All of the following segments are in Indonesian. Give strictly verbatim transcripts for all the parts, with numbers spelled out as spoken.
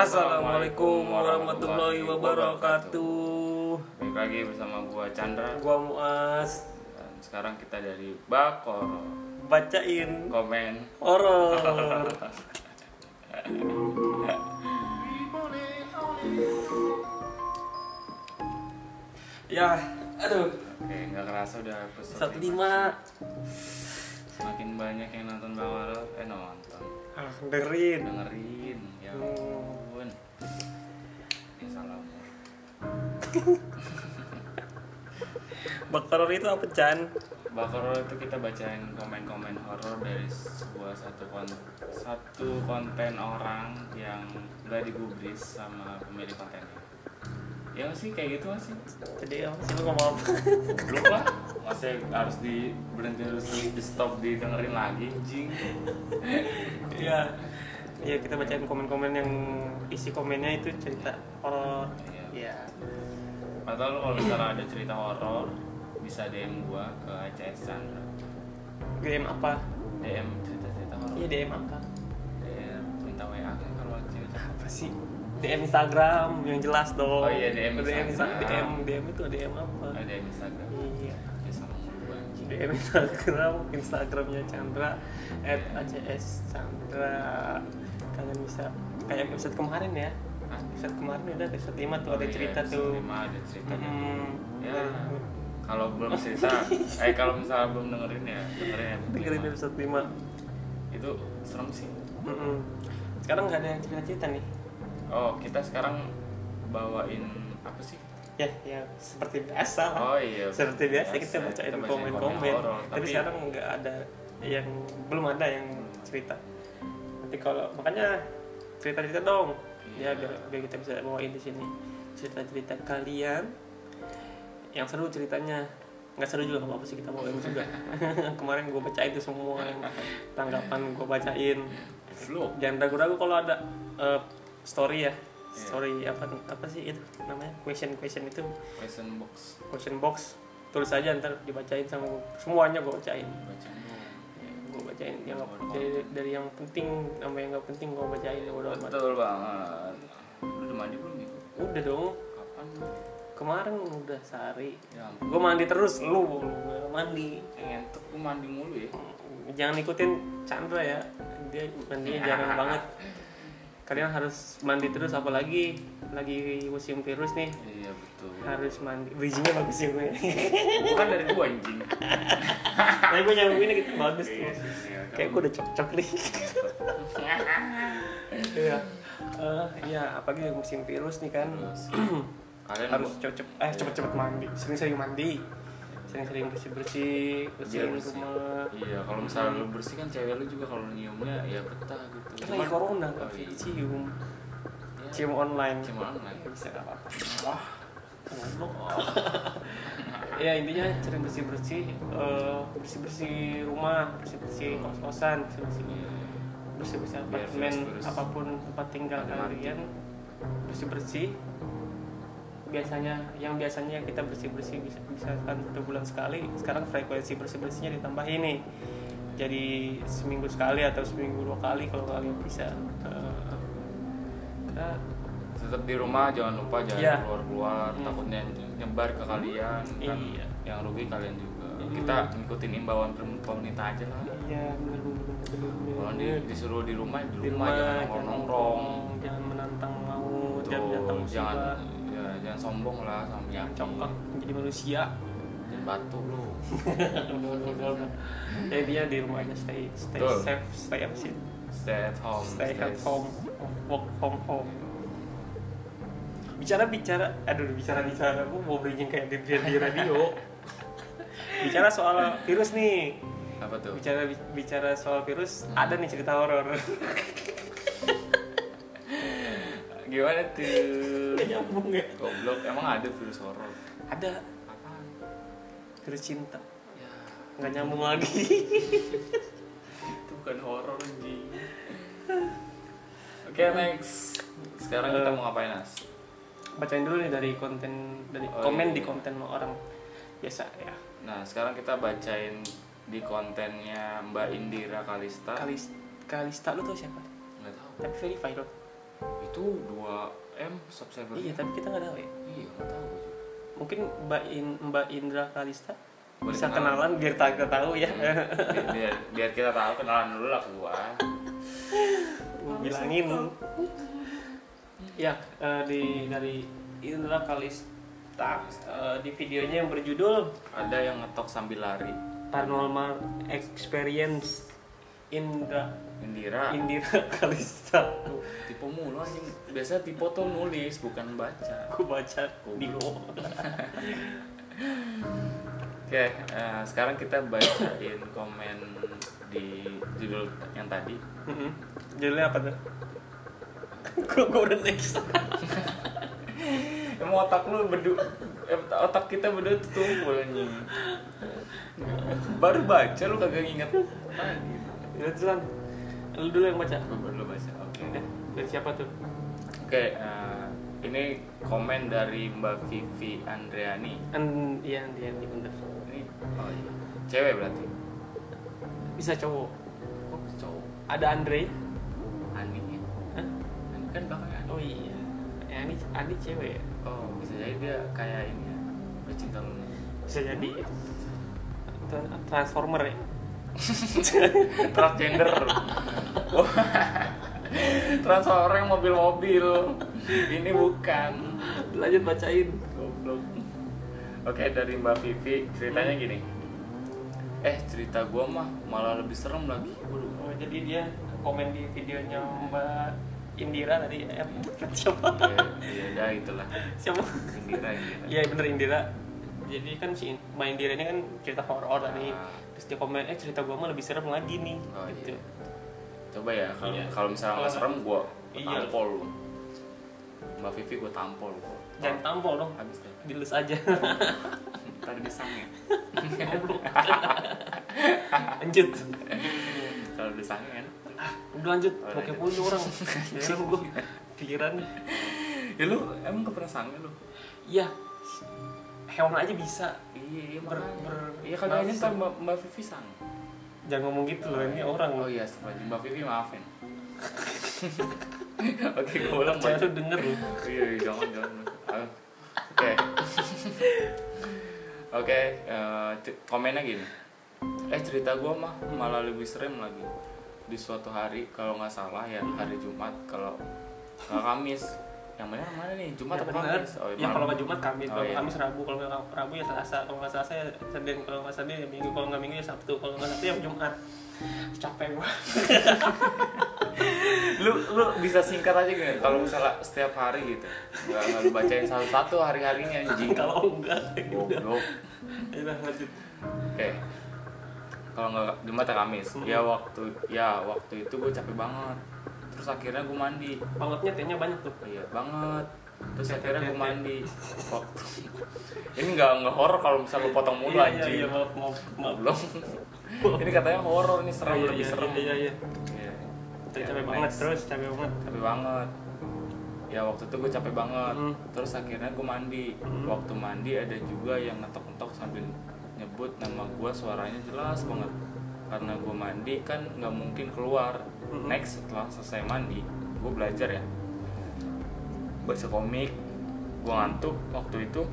Assalamualaikum warahmatullahi wabarakatuh. Baik lagi bersama gua Chandra. Gua Muas. Dan sekarang kita dari Bakoro. Bacain Komen horor. Ya, aduh. Oke, nggak kerasa udah episode Satu lima. Semakin banyak yang nonton Bakoro, eh nonton, Ah, dengerin. dengerin. Ya ampun. Ini salah. Bakar itu apa, Chan? Bakoro itu kita bacain komen-komen horor dari sebuah satu kon satu konten orang yang udah digubris sama pemilik kontennya. Ya sih kayak gitu masih. Jadi apa sih lu ngomong apa? Belum lah, masih harus di berhenti harus di stop didengerin lagi, jing. Iya. Iya, kita bacain komen-komen yang isi komennya itu cerita horor. Iya. Atau kalau misalnya ada cerita horor bisa D M gua ke A C S Chandra. D M apa? D M cerita-cerita horor. Iya, D M apa? D M minta W A kan kalau cerita. Apa sih? D M Instagram yang jelas dong. Oh iya, D M D M Instagram. D M D M itu D M apa? Oh, D M Instagram. Iya. Ya sama gua anjing. D M Instagram, Instagramnya Chandra at A C S Chandra. Kalian bisa kayak episode kemarin ya. Hah? Episode kemarin udah episode lima tuh Oh ada iya, cerita episode tuh. lima ada ceritanya. Hmm. Ya. Kalau belum cerita, eh kalau misalnya belum dengerin ya dengerin ya. Dengerin lima. episode lima. Itu serem sih. Mm-mm. Sekarang nggak ada yang cerita-cerita nih. Oh, kita sekarang bawain apa sih? Ya, ya seperti biasa lah. Oh iya. Seperti biasa, kita Biasa, bacain kita bacain komen-komen. komen horor, Tapi tapi- sekarang nggak ada yang belum ada yang cerita. Nanti kalau makanya cerita-cerita dong. Ya Iya. biar, biar kita bisa bawain di sini cerita-cerita kalian yang seru ceritanya. Nggak seru juga nggak apa-apa sih, kita bawain juga. Kemarin gue bacain tuh semua yang tanggapan gue bacain. Vlog. Jangan ragu-ragu kalau ada uh, story ya. Iya. Story apa apa sih itu namanya? Question question itu. Question box. Question box, tulis aja ntar dibacain sama gua. Semuanya gue bacain. Bacaan dong. Gue bacain yang nggak- dari, dari yang penting sama yang nggak penting gue bacain ya udah amat. Betul banget. Lu udah mandi belum nih? Udah dong, Kapan? kemarin udah sehari. Ya ampun. Gue mandi terus, lu lu nggak mandi. Ngentuk gua mandi mulu ya. Jangan ikutin Chandra ya, dia mandinya jarang banget. Kalian harus mandi terus, apalagi lagi musim virus nih. Iya betul. Harus mandi, bridgingnya bagus ya gue. Bukan dari gua anjing. Tapi gue nyambunginnya gitu bagus tuh. Iya, iya, Kayak gue udah cocok nih. Iya. Eh, iya, apalagi musim virus nih kan. Terus kalian Harus bu- cepet eh cepet-cepet mandi, sering-sering mandi. Sering-sering bersih-bersih, Biar bersihin bersih. rumah. Iya, kalau misalnya lu bersih kan cewek lu juga kalau nyiumnya ya betah gitu. Kan lagi corona nggak oh, iya. cium. Ya, Cium online. cium online. Bisa nggak apa-apa. Wah. Ya intinya sering bersih bersih, bersih bersih rumah, bersih bersih kos kosan, bersih bersih bersih bersih Biar apartemen, virus-virus apapun tempat tinggal pada mati. kalian, bersih bersih. Biasanya yang biasanya kita bersih bersih bisa bisa kan satu bulan sekali, sekarang frekuensi bersih bersihnya ditambah ini, jadi seminggu sekali atau seminggu dua kali kalau kalian bisa. Eh, kita Tetap di rumah, jangan lupa jangan Iya. keluar-keluar, Hmm. takutnya nyebar ke kalian kan. Iya. Yang rugi kalian juga. Hmm. Kita ngikutin imbauan pemerintah aja lah. Iya benar benar benar. Kalau di, disuruh di rumah, di Di rumah, jangan nongkrong-nongkrong. jangan menantang maut, jangan Tuh, menantang musibah, jangan ya, jangan sombong lah sama jangan penyakit. congkak menjadi manusia. Jangan batu lu. Udah, udah, udah, udah. Ya intinya di rumah aja, stay stay Betul. safe, stay apa sih? Stay at home. Stay at home, work from home. Bicara bicara, aduh bicara bicara, aku mau bridging kayak di, di radio. Bicara soal virus nih, Apa tuh? bicara bicara soal virus, ada nih cerita horor. Gimana tuh? Gak nyambung ya? Goblok, emang ada virus horor? Ada Apaan? virus cinta. Ya, Nggak nyambung lagi. itu bukan horor anjing. Oke, next. Sekarang kita Eh. mau ngapain, Nas? Bacain dulu nih dari konten, dari Oh, komen iya. di konten orang biasa ya. Nah, sekarang kita bacain di kontennya Mbak Indira Kalista. Kalis Kalista lu tau siapa? Nggak tahu. Tapi verify lo. Itu itu dua M subscriber. Iya, tapi kita nggak tahu ya. Iya, nggak tahu gue juga. Mungkin Mbak In, Mbak Indra Kalista Boleh bisa kenalan. kenalan biar kita tahu ya. biar, biar biar kita tahu, kenalan dulu lah ke gua. Gua bilangin. Ya, eh, di dari Indra Kalista eh, di videonya yang berjudul Ada yang ngetok sambil lari. Paranormal Experience Indra Indira. Indira Kalista. Tipe mulu anjing. Biasa tipe tuh nulis bukan baca. Aku baca di lo. Oke, eh, sekarang kita bacain komen di judul yang tadi. Judulnya apa tuh? Gue gue udah next. Emang otak lu berdua, otak kita berdua tuh tumpul anjing. Baru baca lu kagak inget lagi. Ya Tuhan, lu dulu yang baca. Gua baru baca. Oke. Eh, dari siapa tuh? Oke, eh, ini komen dari Mbak Vivi Andreani. An, iya dia di bener. Ini oh iya. Cewek berarti. Bisa cowok. Kok cowok? Ada Andre. Ani ya? Hah? Ani kan belakangnya Ani. Oh iya. Ya, Ani Ani cewek. Ya? Oh, bisa jadi dia kayak ini ya. Pecinta Luna. Bisa jadi Tra- Transformer ya. Transgender. Oh. Transformer yang mobil-mobil. Ini bukan. Lanjut bacain. Goblok. Oke, dari Mbak Vivi ceritanya gini. Eh, cerita gua mah malah lebih serem lagi. Waduh. Oh, jadi dia komen di videonya Mbak Indira tadi. Eh, siapa? Iya, ya itulah. Siapa? Indira, Indira. Iya bener Indira. Jadi kan si Mbak Indira ini kan cerita horor tadi. Ah. Terus dia komen, eh cerita gua mah lebih serem lagi nih. Oh, gitu. iya. Coba ya, kalau Iya. kalau misalnya nggak Kalau- serem gua Iya. tampol lu. Mbak Vivi gua tampol gua. Jangan tampol dong. Habis deh. Dilus aja. Tadi disangnya. Goblok. Lanjut. Kalau disangnya kan. Udah lanjut. Oh, Bokep lanjut. mulu nih orang. Jangan gua pikiran. Ya lu emang gak pernah sange lu? Iya. Hewan aja bisa. Iya, iya Ber- makanya. ber- Iya kagak aja nafsu. ntar Mbak, Mbak Vivi sang. Jangan ngomong gitu loh, ini orang. Oh iya, sebenarnya Mbak Vivi maafin. Oke, gue ulang Jangan baca. lu denger loh. Iya, iya, jangan jangan. Ah, Oke. Oke, eh, c- komennya gini. Eh cerita gue mah malah lebih serem lagi. Di suatu hari kalau nggak salah ya hari Jumat, kalau nggak Kamis. Yang benar mana nih? Jumat Ya, atau bener. Kamis? Oh, Ya malam. kalau nggak Jumat Kamis, Oh, kalau iya. Kamis Rabu, kalau nggak Rabu ya Selasa, kalau nggak Selasa ya Senin, kalau nggak Senin ya Minggu, kalau nggak Minggu ya Sabtu, kalau nggak Sabtu ya Jumat. Capek gua. lu lu bisa singkat aja gak kalau misalnya setiap hari gitu nggak nggak lu bacain satu-satu hari-harinya anjing. Kalau enggak, Goblok. ya udah lanjut. Oke, kalau nggak Jumat atau Kamis ya waktu ya waktu itu gue capek banget, terus akhirnya gue mandi. Bangetnya tehnya banyak tuh. Iya banget, terus akhirnya gue mandi waktu ini nggak nggak horor kalau misalnya lu potong mulu Iya, anjing. iya, iya, maaf, maaf, maaf. Belum. Ini katanya horor, ini serem, Iya, lebih iya, serem. Iya, iya. Iya. Terus Ya, capek next. banget, terus capek banget. Capek banget. Ya waktu itu gue capek banget. Hmm. Terus akhirnya gue mandi. Hmm. Waktu mandi ada juga yang ngetok-ngetok sambil nyebut nama gue, suaranya jelas banget. Karena gue mandi kan nggak mungkin keluar. Hmm. Next setelah selesai mandi, gue belajar ya. Baca komik. Gue ngantuk waktu itu.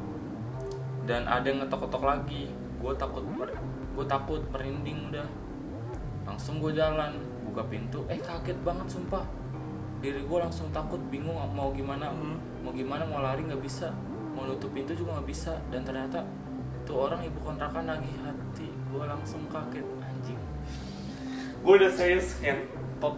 Dan ada yang ngetok-ngetok lagi. Gue takut, mer- gue takut merinding udah. Langsung gue jalan, buka pintu, eh kaget banget sumpah. Diri gue langsung takut, bingung mau gimana, Hmm. mau gimana mau lari nggak bisa, mau nutup pintu juga nggak bisa. Dan ternyata tuh orang ibu kontrakan nagih hati. Gue langsung kaget anjing. Gue udah serius yang top.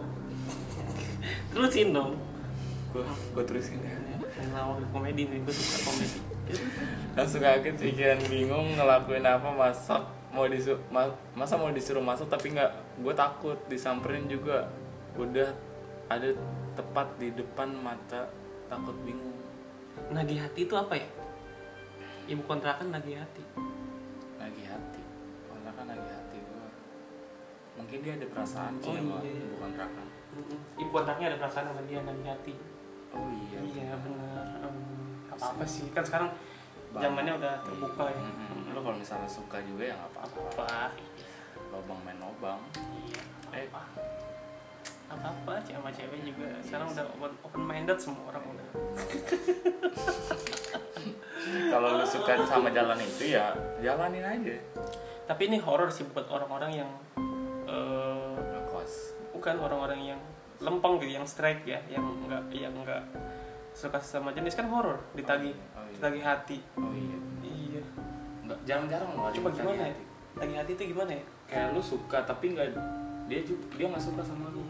Terusin dong. Gue gue terusin ya. Ngelawak komedi nih, gue suka komedi. Langsung kaget, pikiran bingung ngelakuin apa, masak mau disuruh masa mau disuruh masuk tapi nggak, gue takut disamperin juga, udah ada tepat di depan mata, takut bingung. Nagih hati itu apa ya? Ibu kontrakan nagih hati. Nagih hati, kontrakan nagih hati gue, mungkin dia ada perasaan sih Oh, sama iya. ibu kontrakan. Ibu kontraknya ada perasaan sama dia nagih hati. Oh iya, Iya benar. Um, apa apa sih kan sekarang zamannya udah terbuka ya. Mm-mm. Lo kalau misalnya suka juga ya nggak apa-apa, Apa? lobang main lobang. Iya. Eh. Apa? Apa apa? Sama cewek juga. Iya, sekarang udah open, open minded semua orang udah. Kalau lu suka sama jalan itu ya jalanin aja. Tapi ini horor sih buat orang-orang yang uh, ngekos. Bukan orang-orang yang lempeng gitu, yang strike ya, yang enggak yang enggak suka sama jenis kan horor, ditagih, Oh, iya. ditagih hati. Oh iya. Iya. Enggak, jarang-jarang loh. Coba gimana ya? Tagih hati itu gimana ya? Kayak lu suka tapi nggak dia juga dia nggak suka sama lu.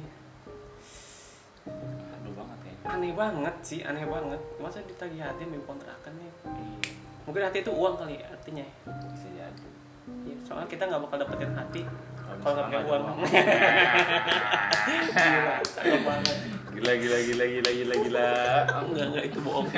Aduh banget ya. Aneh banget sih, aneh banget. Masa ditagih hati ambil kontrakan nih? Iya. Mungkin hati itu uang kali ya, artinya. Bisa jadi. Ya, soalnya kita nggak bakal dapetin hati Kalau kalau nggak misalkan punya ada uang. uang. Gila, cakep banget. Gila gila gila gila gila gila. Enggak, enggak itu bohong.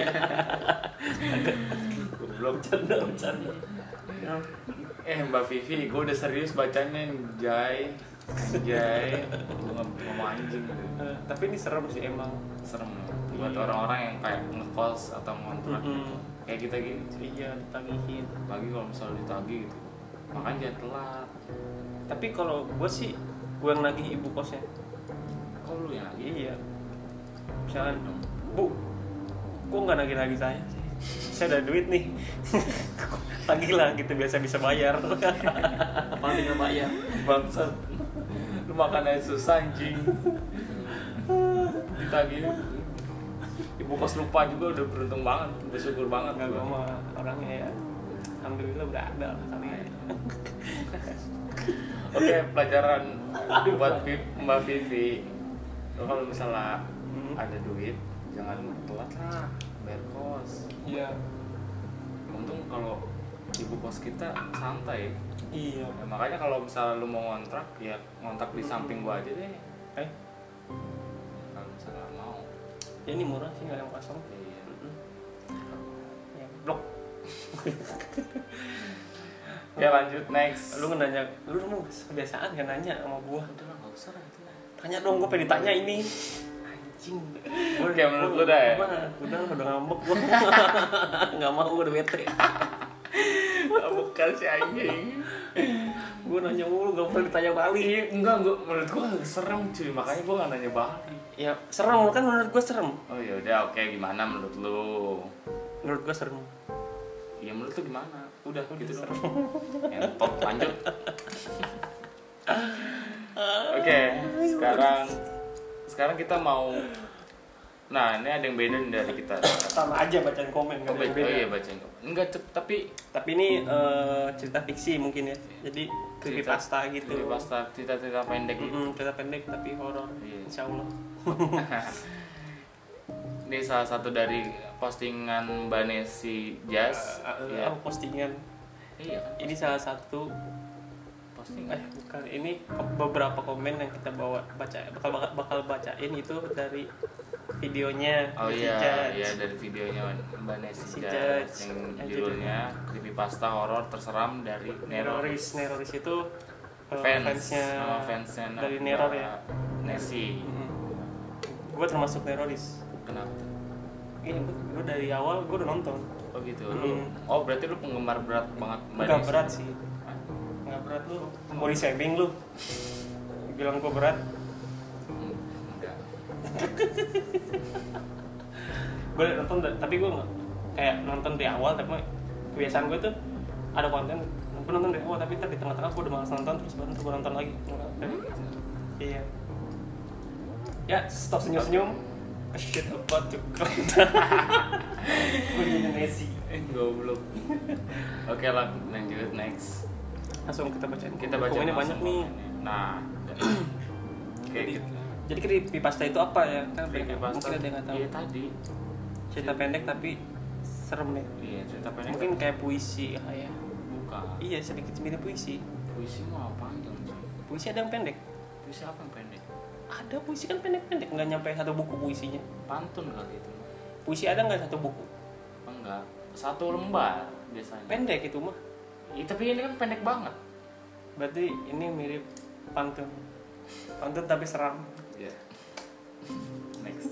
Goblok. Bercanda, bercanda. Eh Mbak Vivi, gue udah serius bacanya Jai. Jai. Gue nggak mau anjing gitu. Eh, tapi ini serem sih emang. Serem buat Iya. orang-orang yang kayak ngekos atau ngontrak Mm-mm. gitu. Kayak kita gini. Iya, ditagihin. Pagi kalau misalnya ditagih gitu. Makanya jangan telat. Tapi kalau gue sih, gue yang nagih ibu kosnya. Kok lu yang lagi? Iya. Misalkan, Bu, kok nggak nagih-nagih saya? Saya ada duit nih. Tagih lah, gitu biasa bisa bayar. Paling nggak bayar. Bangsat. Lu makan aja susah anjing. Ditagih. Ibu kos lupa juga udah beruntung banget, bersyukur banget. Nggak, gue mah orangnya ya. Alhamdulillah udah ada lah kali ya. Oke, pelajaran buat Mbak Vivi. Lo kalau misalnya Hmm. ada duit, jangan telat lah bayar kos. Iya. Untung kalau ibu kos kita santai. Iya. Ya, makanya kalau misalnya lu mau ngontrak, ya ngontrak di samping gua aja deh. Eh, Kalau misalnya mau. ya ini murah sih, nggak ada yang kosong. Iya. Mm-mm. Ya, blok. Ya lanjut next. Lu nanya, lu mau kebiasaan kan nanya sama gua. Udah lah, nggak usah lah itu lah. Tanya dong, gua pengen ditanya ini. Anjing. Gua Kayak menurut lu dah ya? Gua, udah, udah ngambek gua. Nggak mau, gua udah bete. Bukan si anjing. Gua nanya mulu, gak pernah ditanya balik. Iya, enggak, enggak, menurut gua serem cuy, makanya gua nggak nanya balik. Ya, serem kan menurut gua serem. Oh ya udah, oke, gimana menurut lu? Menurut gua serem. Ya menurut lu gimana? Udah, Udah, gitu serem. dong. Entot, lanjut. Oke, sekarang sekarang kita mau. Nah, ini ada yang beda nih dari kita. Sama aja bacaan komen, Oh, gak ada yang oh beda. iya bacain. Enggak, cep- tapi Tapi ini eh, cerita fiksi mungkin ya. Jadi creepypasta gitu. Creepypasta, cerita-cerita pendek gitu. Mm-mm, cerita pendek tapi horor. Iya. Insya Allah. Ini salah satu dari postingan Mbak Nesi Jazz. Eh, ya. apa postingan? Iya kan? Ini salah satu Postingan. eh bukan ini ko- beberapa komen yang kita bawa baca bakal bakal, bakal bacain itu dari videonya Oh si iya, Judge. iya dari videonya Mbak Nesi Si Jazz Judge. yang Yang judulnya Creepypasta Horor Terseram dari Neroris. Neroris. Neroris itu eh, Fans, fansnya nama fansnya dari Mbak Neror ya. Nesi. Gue termasuk Neroris. Kenapa? Ini gue dari awal gue udah nonton. Oh gitu. Mm. Lu, oh berarti lu penggemar berat banget Mbak Enggak Nesi? berat sih. Enggak berat lu. Body shaming lu. Bilang gue berat. Hmm, enggak. Gue nonton tapi gue nggak kayak nonton dari awal tapi kebiasaan gue tuh ada konten gue nonton dari awal tapi ntar di tengah-tengah gue udah malas nonton terus baru gue nonton lagi. Iya. Ya stop senyum-senyum. A shit about to come. Gue jadi Messi. Eh goblok. Oke lah, lanjut next. Langsung kita bacain. Kita baca komennya banyak nih. Nah, kayak Jadi, gitu. jadi creepypasta itu apa ya? Kan banyak- Creepypasta. mungkin ada yang nggak tahu. Iya tadi. Cerita pendek tapi serem nih. Iya cerita pendek. Mungkin kayak puisi kayak. bukan. Iya sedikit mirip puisi. Puisi mah panjang sih. Puisi ada yang pendek. Puisi apa yang pendek? Ada puisi kan pendek-pendek, nggak nyampe satu buku puisinya. Pantun kali itu. Puisi ada nggak satu buku? Enggak. Satu lembar biasanya. Pendek itu mah. Iya, tapi ini kan pendek banget. Berarti ini mirip pantun. Pantun tapi seram. Iya. Next.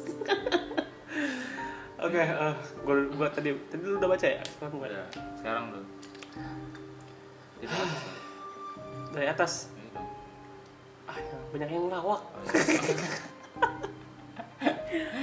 Oke, eh gua, gua tadi tadi lu udah baca ya? Sekarang gua Udah. Sekarang dulu. Itu atas. dari atas. Ini dong. Ah, ya, banyak yang ngelawak. Oh, iya.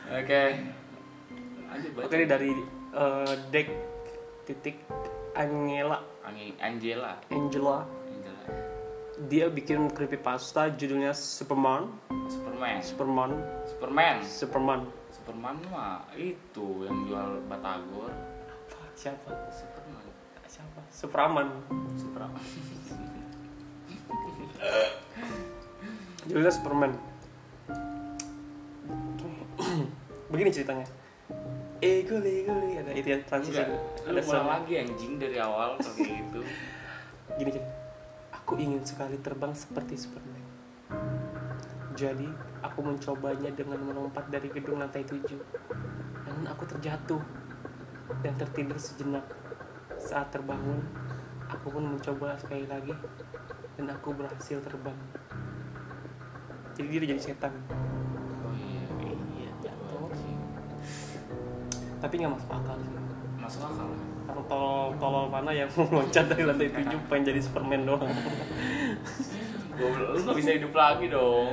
Oke. Lanjut baca. Oke, ini dari uh, Dek titik Angela. Angi Angela. Angela. Angela. Dia bikin creepypasta judulnya Superman. Superman. Superman. Superman. Superman. Superman mah itu yang jual batagor. Apa? Siapa? Superman. Siapa? Superman. Superman. Judulnya Superman. Begini ceritanya. Eh goli goli ada itu ya transisi. Lu Ada ulang sound. lagi anjing dari awal kayak gitu. Gini gini. Aku ingin sekali terbang seperti Superman. Jadi aku mencobanya dengan melompat dari gedung lantai tujuh. Namun aku terjatuh dan tertidur sejenak. Saat terbangun, aku pun mencoba sekali lagi dan aku berhasil terbang. Jadi dia jadi setan. Oh iya. Iya, jatuh. Tapi nggak masuk akal sih. Masuk akal lah. Karena tolol-tolol mana yang mau loncat dari lantai tujuh pengen jadi Superman doang. Lu nggak bisa hidup lagi dong.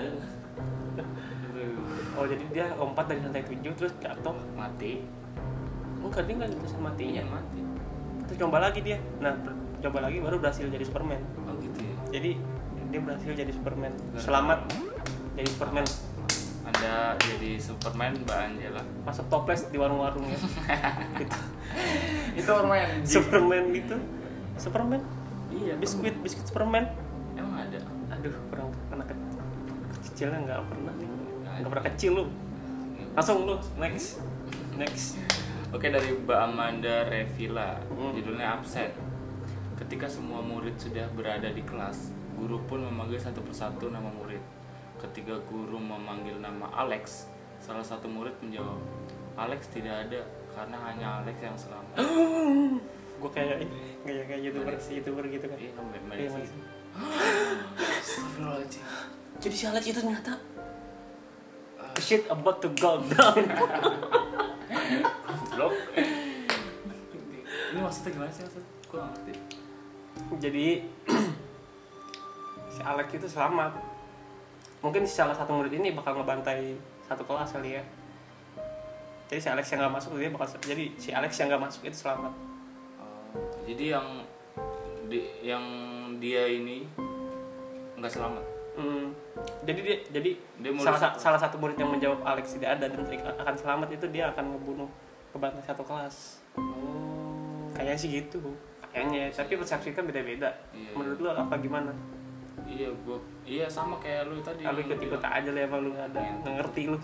Oh jadi dia lompat dari lantai tujuh terus jatuh. Mati. Enggak, dia nggak bisa matinya. Iya mati. Terus coba lagi dia. Nah coba lagi baru berhasil jadi Superman. Oh gitu ya. Jadi dia berhasil jadi Superman. Selamat jadi Superman. Anda jadi Superman Mbak Angela. Masuk toples di warung-warung ya. Gitu. Itu Superman. Superman gitu. Superman. Iya. Biskuit biskuit Superman. Emang ada. Aduh kurang anak kecilnya nggak pernah nih. Nggak Nggak pernah kecil lu. Langsung lu next next. Oke, dari Mbak Amanda Revila, Hmm. judulnya absen. Ketika semua murid sudah berada di kelas, guru pun memanggil satu persatu nama murid. Ketika guru memanggil nama Alex, salah satu murid menjawab, Alex tidak ada karena hanya Alex yang selamat. Gue kayak kayak kayak youtuber si youtuber gitu kan. Iya, mbak mbak Iya, sih. masih. Astagfirullahaladzim. Jadi si Alex itu ternyata shit about to go down. Blok. Ini maksudnya gimana sih maksud? Gue nggak ngerti. Jadi si Alex itu selamat. Mungkin salah satu murid ini bakal ngebantai satu kelas kali ya. Jadi si Alex yang nggak masuk dia bakal jadi si Alex yang nggak masuk itu selamat. Oh, jadi yang di, yang dia ini nggak selamat. Hmm. Jadi dia jadi Dia murid salah, satu. salah satu murid yang menjawab Alex tidak ada dan akan selamat itu dia akan ngebunuh kebantai satu kelas. Oh. Kayaknya sih gitu. Kayaknya, tapi persepsi kan beda-beda. Iya, Menurut iya. lu apa gimana? Iya, gua iya sama kayak lu tadi. Kalau yang lu ikut-ikut bilang. aja lah emang lu nggak ada, Iya. nggak ngerti lu.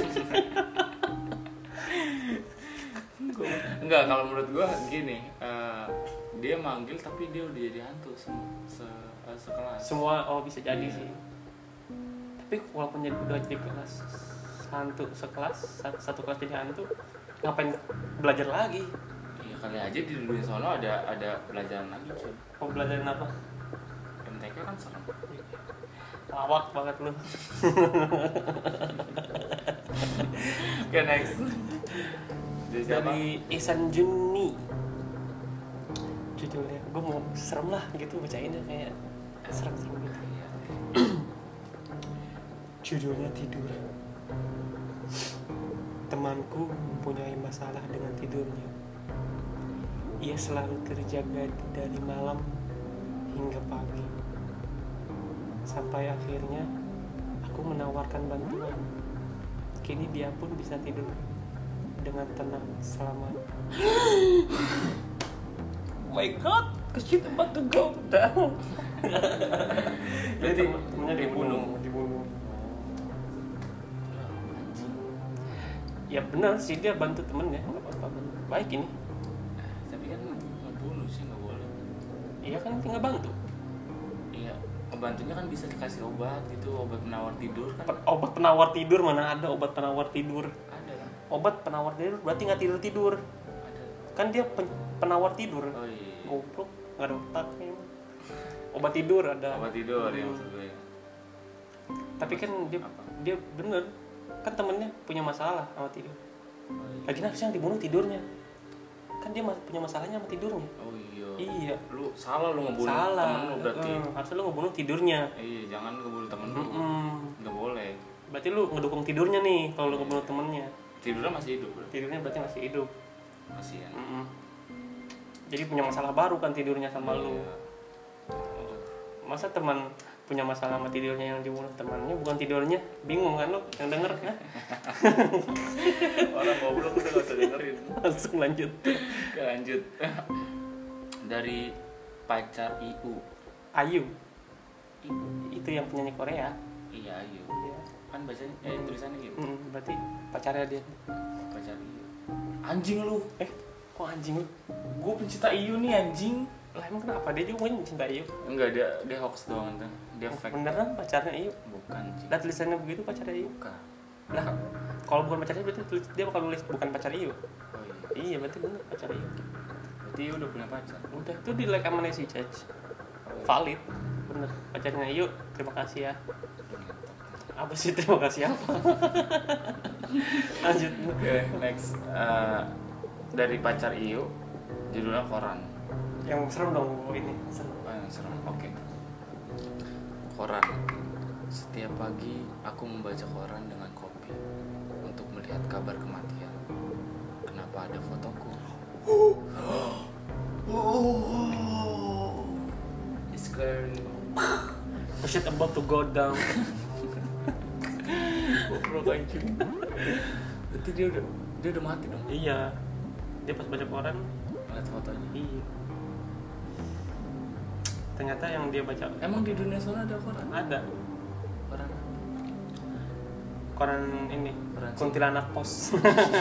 Enggak, kalau menurut gua gini, eh, dia manggil tapi dia udah jadi hantu se, se, eh, sekelas. Semua oh bisa jadi Iya. sih. Tapi walaupun jadi udah jadi kelas hantu sekelas satu, satu kelas jadi hantu, ngapain belajar lagi? Iya kali aja di dunia sono ada ada pelajaran lagi cuy. Mau belajarin apa? M T K kan serem. Lawak banget lu. Oke next. Dari siapa? Dari Ihsan Juni. Judulnya, gue mau serem lah gitu bacainnya kayak serem-serem gitu. Judulnya tidur. Temanku mempunyai masalah dengan tidurnya. Ia selalu terjaga dari malam hingga pagi. Sampai akhirnya aku menawarkan bantuan. Kini dia pun bisa tidur dengan tenang selama. Oh my god, cause shit about to go down. Jadi temennya dibunuh, dibunuh. Ya benar sih dia bantu temennya, nggak apa-apa, baik ini. Tapi kan ngebunuh sih nggak boleh. Iya kan tinggal bantu. Iya, ngebantunya kan bisa dikasih obat gitu, obat penawar tidur kan. Pe- Obat penawar tidur mana ada obat penawar tidur? Ada kan? Obat penawar tidur berarti nggak tidur tidur. Ada. Kan dia pen- penawar tidur. Oh iya. Goblok, nggak ada otaknya. Obat tidur ada. Obat tidur ya Hmm. maksud gue. Tapi kan dia Apa? dia bener kan temennya punya masalah sama tidur. Oh iya. Lagi harusnya yang dibunuh tidurnya. Kan dia mas- punya masalahnya sama tidurnya. Oh iya. Iya. Lu salah lu ngebunuh Salah. temen lu berarti. Hmm, harusnya lu ngebunuh tidurnya. Iya, jangan ngebunuh temen lu. Mm-mm. Nggak boleh. Berarti lu ngedukung tidurnya nih kalau lu ngebunuh temennya. Tidurnya masih hidup bro? Tidurnya berarti masih hidup. Masih ya. Mm-mm. Jadi punya masalah baru kan tidurnya sama Iya. lu. Masa teman punya masalah sama tidurnya yang dibunuh temannya, bukan tidurnya? Bingung kan lu yang denger kan? Orang goblok udah gak usah dengerin. Langsung lanjut. Oke, lanjut. Dari pacar I U. Ayu, I U. itu yang penyanyi Korea. Iya Ayu. Iya. Kan bacanya eh tulisannya gitu. Mm, berarti pacarnya dia. Pacar I U. Anjing lu. Eh, kok anjing lu? Gue pencinta I U nih anjing. Lah emang kenapa dia juga mencinta Ayu? Enggak, dia dia hoax doang tuh. Dia fake. Beneran pacarnya Ayu? Bukan anjing. Lah tulisannya begitu pacarnya Ayu? Bukan. Lah, kalau bukan pacarnya berarti tulis, dia bakal nulis bukan pacar Ayu. Oh iya. Iya, berarti bener pacar Ayu. Berarti I U udah punya pacar. Udah, itu di like sama Nancy Church. Valid. Bener, pacarnya Ayu. Terima kasih ya. Apa sih terima kasih apa? Lanjut. Oke, okay, next. Uh, dari pacar I U, judulnya Koran. Yang serem dong ini. Serem. Oh, yang serem. Oke. Okay. Koran. Setiap pagi aku membaca koran dengan kopi untuk melihat kabar kematian. Kenapa ada fotoku? It's scary. Oh shit about to go down. Goblok anjing. Berarti dia udah dia udah mati dong. Iya. Dia pas baca koran, Lihat fotonya. iya. Ternyata yang dia baca Emang di dunia sana ada koran? ada Koran apa? koran ini, Koran Kuntilanak Pos.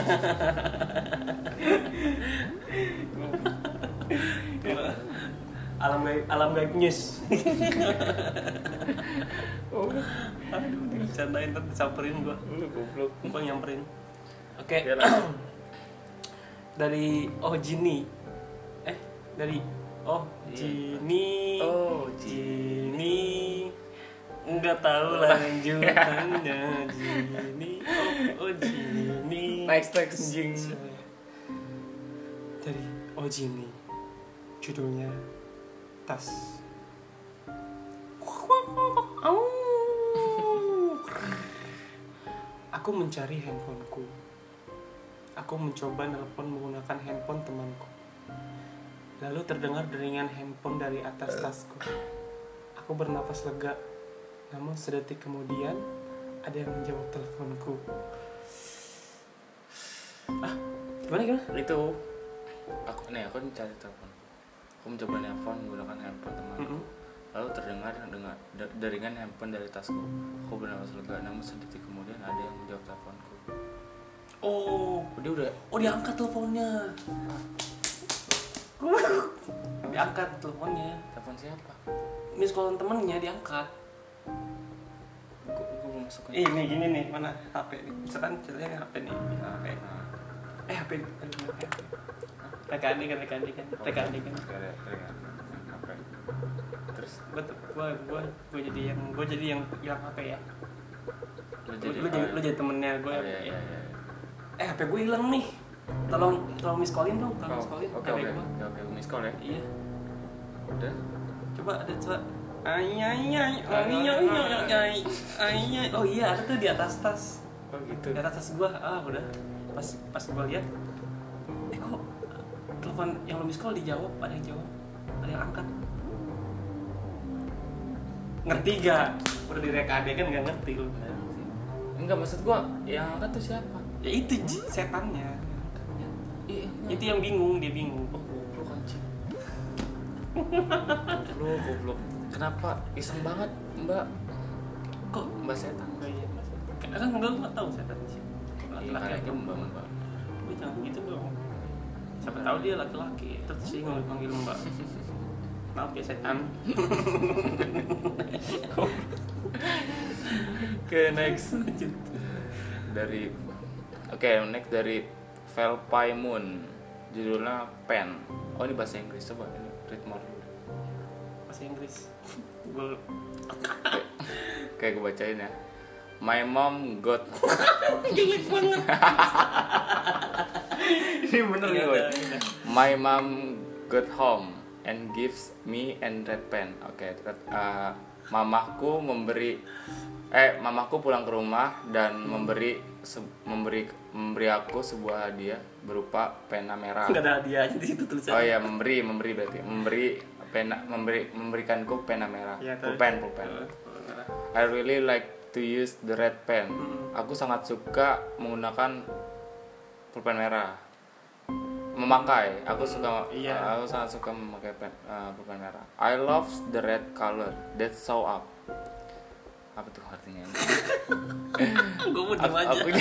alam gaib, alam gaib news. Oh, Aduh, dicandain ntar disamperin gua. lu goblok. Gua nyamperin. Oke. Ya lah. Dari oh Jini. Eh, dari oh Jini. Oh, Jini. Enggak tahu lanjutannya. Jini. Oh, oh Jini. Next next jing. Dari oh Jini. Judulnya Tas. Aku mencari handphoneku. Aku mencoba nelpon menggunakan handphone temanku. Lalu terdengar deringan handphone dari atas tasku. Aku bernapas lega. Namun sedetik kemudian ada yang menjawab teleponku. Ah, gimana gimana? Itu aku nih aku cari telepon. Aku mencoba nelpon menggunakan handphone temanku. Mm-mm. Lalu terdengar dengar da- deringan handphone dari tasku. Aku bernapas lega, namun sedetik kemudian ada yang menjawab teleponku. Oh, Dia udah oh diangkat teleponnya. Diangkat teleponnya. telepon siapa? Miss call temennya diangkat. Gue gue belum masuk. Eh, ini gini nih, mana H P nih? Misalkan ceritanya H P nih, H P. Eh, H P. Rekan kan, rekan kan, rekan kan. Ada teringat apa? Terus Gua, gua, gua, gua jadi yang, gua jadi yang hilang H P ya. lu Lu, jadi lu jadi, lu jadi temennya gue. Oh, iya, iya, iya. Eh, H P gue hilang nih. Tolong, tolong miss callin dong, tolong Oh, miss callin. oke H P oke gua. oke oke miss call ya. Iya. Udah. Coba ada coba. Ay ay ay ay ay ay ay ay. Oh iya, ada tuh di atas tas. Oh gitu. Di atas tas gua. Ah, udah. Pas pas gua lihat, eh kok telepon yang lo miss call dijawab, ada yang jawab, ada yang angkat. Ngerti gak? Udah direkade kan gak ngerti lu. Enggak, maksud gua yang angkat tuh siapa? Ya itu Ji, setannya. Iya, Itu yang bingung, dia bingung. oh, goblok anjing. Goblok, goblok. Kenapa iseng banget, Mbak? Kok Mbak setan? enggak iya Mas? Kan enggak enggak tahu setan sih. Iya, Laki-laki kayaknya aja Mbak, Mbak. Lu jangan gitu dong. Siapa tahu dia laki-laki, terus sih nggak panggil Mbak. Maaf ya setan. Oke, next. Dari Oke, next dari Velpai Moon. Judulnya Pen. Oh, ini bahasa Inggris, coba ini read more. Bahasa Inggris. Gue Kayak gue bacain ya. My mom got jelek banget. Ini bener nih, Iya, boy. iya, iya. My mom got home and gives me and red pen. Oke, okay, uh, mamaku memberi eh mamaku pulang ke rumah dan memberi se- memberi memberi aku sebuah hadiah berupa pena merah. Enggak ada hadiahnya di situ tulisannya. Oh iya, memberi memberi berarti memberi pena memberi memberikanku pena merah. Ya, pulpen pulpen. I really like to use the red pen. Hmm. Aku sangat suka menggunakan pulpen merah. Memakai, aku suka, Iya. uh, aku sangat suka memakai pen, uh, pulpen merah. I love the red color. That's so up. Apa tuh artinya? Gue mau aku, diem aja. aku,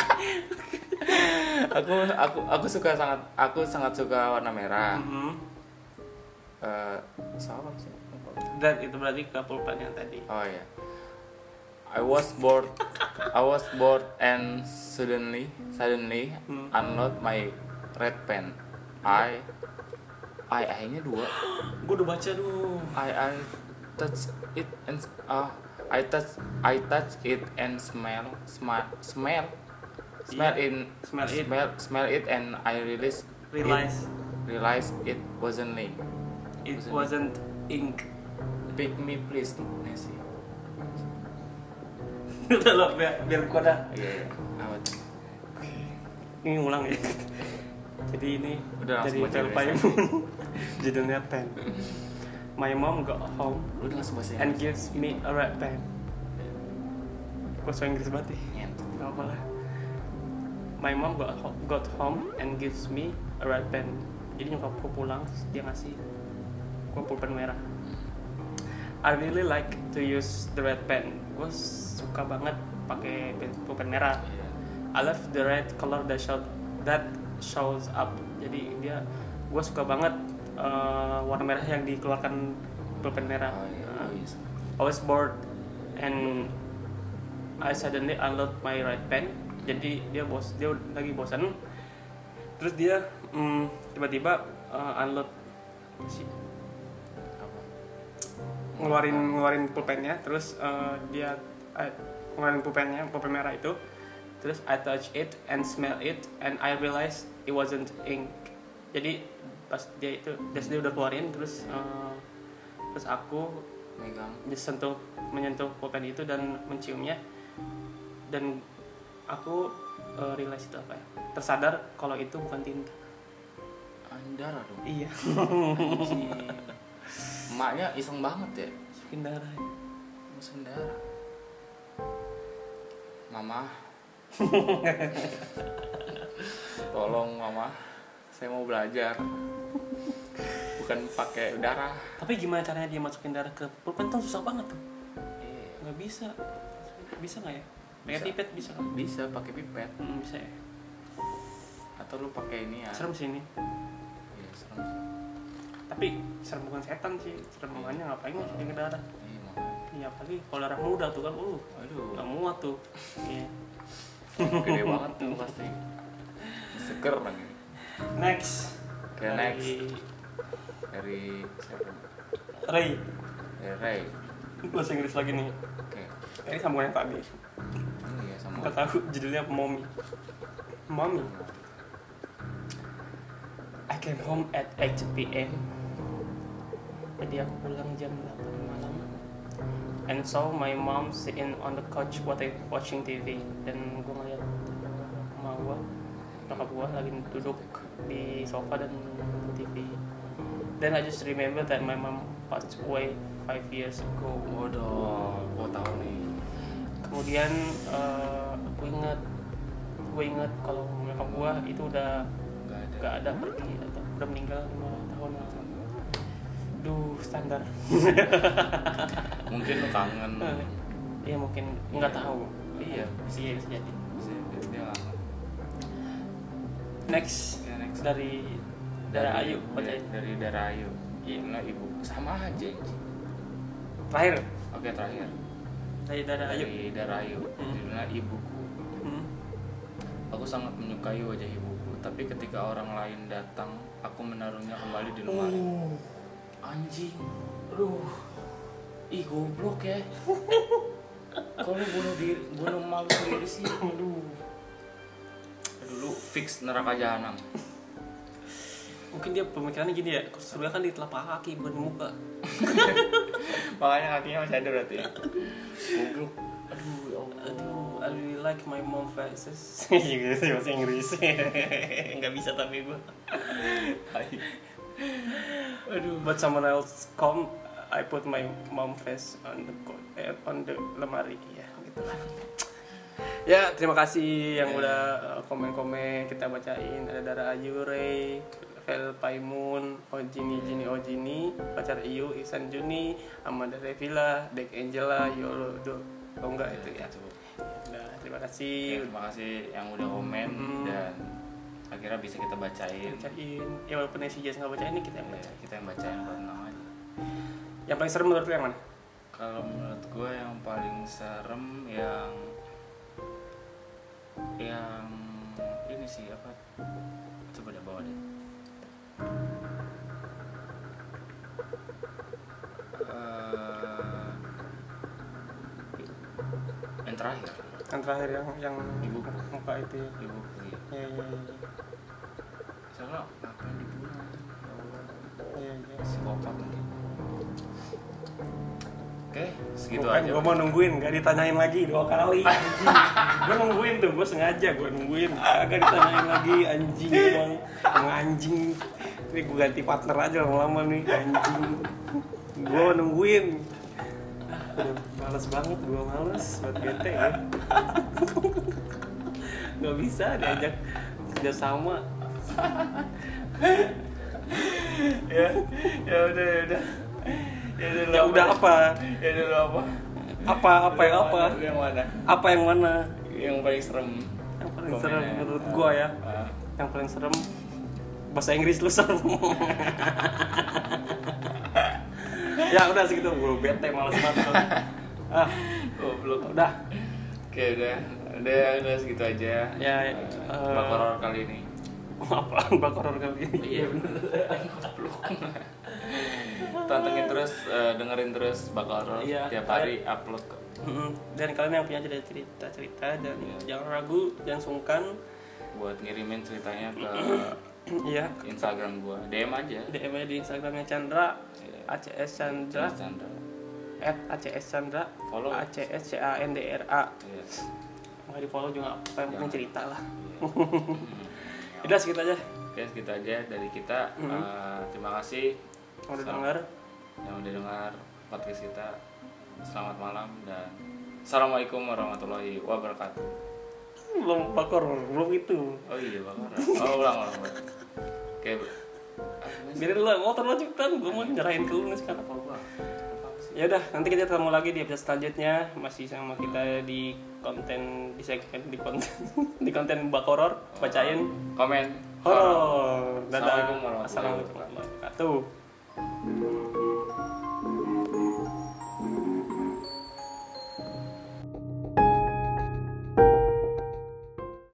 aku, aku, aku suka sangat, aku sangat suka warna merah. Mhm. Uh, so apa sih? Dan itu berarti ke pulpen yang tadi. Oh iya. I was bored. I was bored and suddenly, suddenly Hmm. unload my red pen. I, I, I-nya dua. Gue udah baca dulu. I, I touch it and uh, I touch, I touch it and smell, smell, smell, smell Iya. in, Smell it. smell, smell it and I realize, Realize it, realize it wasn't me. it Wasn't wasn't ink. Pick me please, Nancy. Udah lo biar biar gue ada. Iya, iya. Apa tuh? Ini ulang ya. Jadi ini Udah, dari langsung baca film payung. Judulnya Pen. My mom got home Lu udah langsung bahasa and Inggris. gives me a red pen. Gue so Inggris banget ya. Nyentuh. Gak apa lah. My mom got ho- got home and gives me a red pen. Jadi nyokapku pulang terus dia ngasih gue pulpen merah. I really like to use the red pen. Gue suka banget pakai pen- pulpen merah. Iya. I love the red color that show that shows up. Jadi dia, gue suka banget uh, warna merah yang dikeluarkan pulpen merah. Oh iya. Uh, Oh iya. I was bored and I suddenly unload my red pen. Jadi dia bos, dia lagi bosan. Terus dia mm, tiba-tiba uh, unload apa sih? Apa? ngeluarin ngeluarin pulpennya. Terus uh, dia uh, ngeluarin pulpennya, pulpen merah itu. Terus I touch it and smell it and I realized it wasn't ink. Jadi pas dia itu, dia dia udah keluarin terus uh, terus aku Megang. disentuh menyentuh pulpen itu dan menciumnya, dan aku uh, realize itu apa ya, tersadar kalau itu bukan tinta. Darah dong. Iya. Anjing. Emaknya iseng banget ya. Masukin darah. Musim darah. Mama. Tolong mama. Saya mau belajar. Bukan pakai darah. Tapi gimana caranya dia masukin darah ke pulpen tuh susah banget tuh. Iya. Nggak bisa. Bisa nggak ya? Pakai Bisa. pipet bisa kan? Bisa pakai pipet Hmm, bisa ya. atau lu pakai ini ya. Serem sih ini. Iya, serem sih. Tapi serem bukan setan sih. Serem makanya ngapain masukin ke darah? Iya, makanya. Iya apalagi kalau darah muda tuh kan, uh, Aduh. nggak muat tuh. Iya. Gede banget tuh pasti. Seger lagi. Next. Oke, next. Dari siapa? Ray. Dari Ray. Bahasa Inggris lagi nih. Oke. Ini sambungan yang tadi. Oh iya, sama. Nggak tahu judulnya apa, Mommy. Mommy. I came home at eight p.m. Jadi aku pulang jam delapan malam. And saw my mom sitting on the couch watching T V. Dan gue ngeliat emak gue, nyokap gue lagi duduk di sofa dan nonton T V. Then I just remember that my mom passed away five years ago. Waduh, gua tahu nih. Kemudian uh, aku ingat, gue ingat kalau nyokap gue itu udah Enggak ada. gak ada pergi atau udah meninggal lima tahun lalu. Duh, standar. Mungkin lu kangen. Iya mungkin nggak tahu. Iya, bisa iya, bisa jadi. Bisa dia, dia kangen. Next, Oke, next. dari dari Ayu dari, bacain. dari Dara Ayu. Iya, ibu sama aja. anjing. Terakhir Oke, terakhir. dari dari Ayu. Dari Dara Ayu. Hmm. Judulnya Ibuku. Hmm. Aku sangat menyukai wajah ibuku, tapi ketika orang lain datang, aku menaruhnya kembali di lemari. Oh, Anjing. aduh. Ih, goblok ya. Kalau bunuh diri, bunuh malu sendiri sih. Aduh. Dulu fix neraka jahanam. Mungkin dia pemikirannya gini ya, surga kan di telapak kaki bukan di muka. Makanya kakinya masih ada berarti. Goblok. like my mom faces. Gitu bahasa Inggris. Nggak bisa tapi gue. Aduh. But someone else come, I put my mom face on the eh, on the lemari ya gitu lah. Ya, terima kasih yang yeah. udah uh, komen-komen kita bacain. Ada Dara Ayure, Vel Paimun, Ojini Jini Ojini, Pacar Iyu, Ihsan Juni, Amanda Revila, Dek Angela, Yolo Do. Oh enggak itu ya. Nah, terima kasih. Ya, terima kasih yang udah komen hmm. dan akhirnya bisa kita bacain. Bacain. Ya walaupun si Jess enggak bacain, kita yang bacain. Ya, kita yang bacain buat namanya. Yang paling serem menurut lu yang mana? Kalau menurut gue yang paling serem yang yang ini sih apa? Coba deh bawa deh. Uh, yang terakhir. Yang terakhir yang yang ibu muka itu ya. Ibu. Iya. Iya iya iya. Soalnya ngapain dibunuh? Ya Allah. Iya iya. Psikopat mungkin. Oke, segitu Bukan, aja. gue mau nungguin, gak ditanyain lagi dua kali. Gue nungguin tuh, gue sengaja gue nungguin, agak ditanyain lagi anjing emang, emang anjing. Ini gue ganti partner aja lama-lama nih anjing. Gue nungguin. Udah males banget, gue males buat bete ya. Gak bisa diajak kerjasama. ya, ya udah, ya udah. Ya udah, ya udah apa? Ya udah apa? Apa apa yang apa? Yang mana? Apa yang mana? Yang paling serem. Yang paling Komennya. serem menurut gua ya. Uh. Yang paling serem bahasa Inggris lu serem. Ya udah segitu, gua bete males banget. Ah, goblok. Udah. Oke, udah. Udah, udah segitu aja. Ya, uh, bak horor kali ini. Apa bak horor kali ini? Iya bener. Goblok. Tontonin terus, uh, dengerin terus bak horor. Iya, tiap hari kalian, upload kok. Dan kalian yang punya cerita-cerita dan iya. jangan ragu, jangan sungkan buat ngirimin ceritanya ke iya. Instagram gua. D M aja. D M aja di Instagramnya Chandra. Iya. A C S Chandra. Chandra. at A C S Chandra. Follow. A C S C A N D R A. Iya. Nggak di follow juga apa yang penting cerita lah. Iya. Udah segitu aja. Oke, segitu aja dari kita. Mm-hmm. Uh, terima kasih yang udah dengar. Yang udah dengar podcast kita. Selamat malam dan assalamualaikum warahmatullahi wabarakatuh. Belum bakor, belum itu. Oh iya bakor. Oh ulang ulang. ulang. Oke. Biarin lah, mau terlanjutkan. Gue mau nyerahin ke lu nih sekarang. Ya udah, nanti kita ketemu lagi di episode selanjutnya, masih sama kita di konten di segmen di konten di konten bak horor, bacain komen horor. Dadah. Assalamualaikum warahmatullahi wabarakatuh.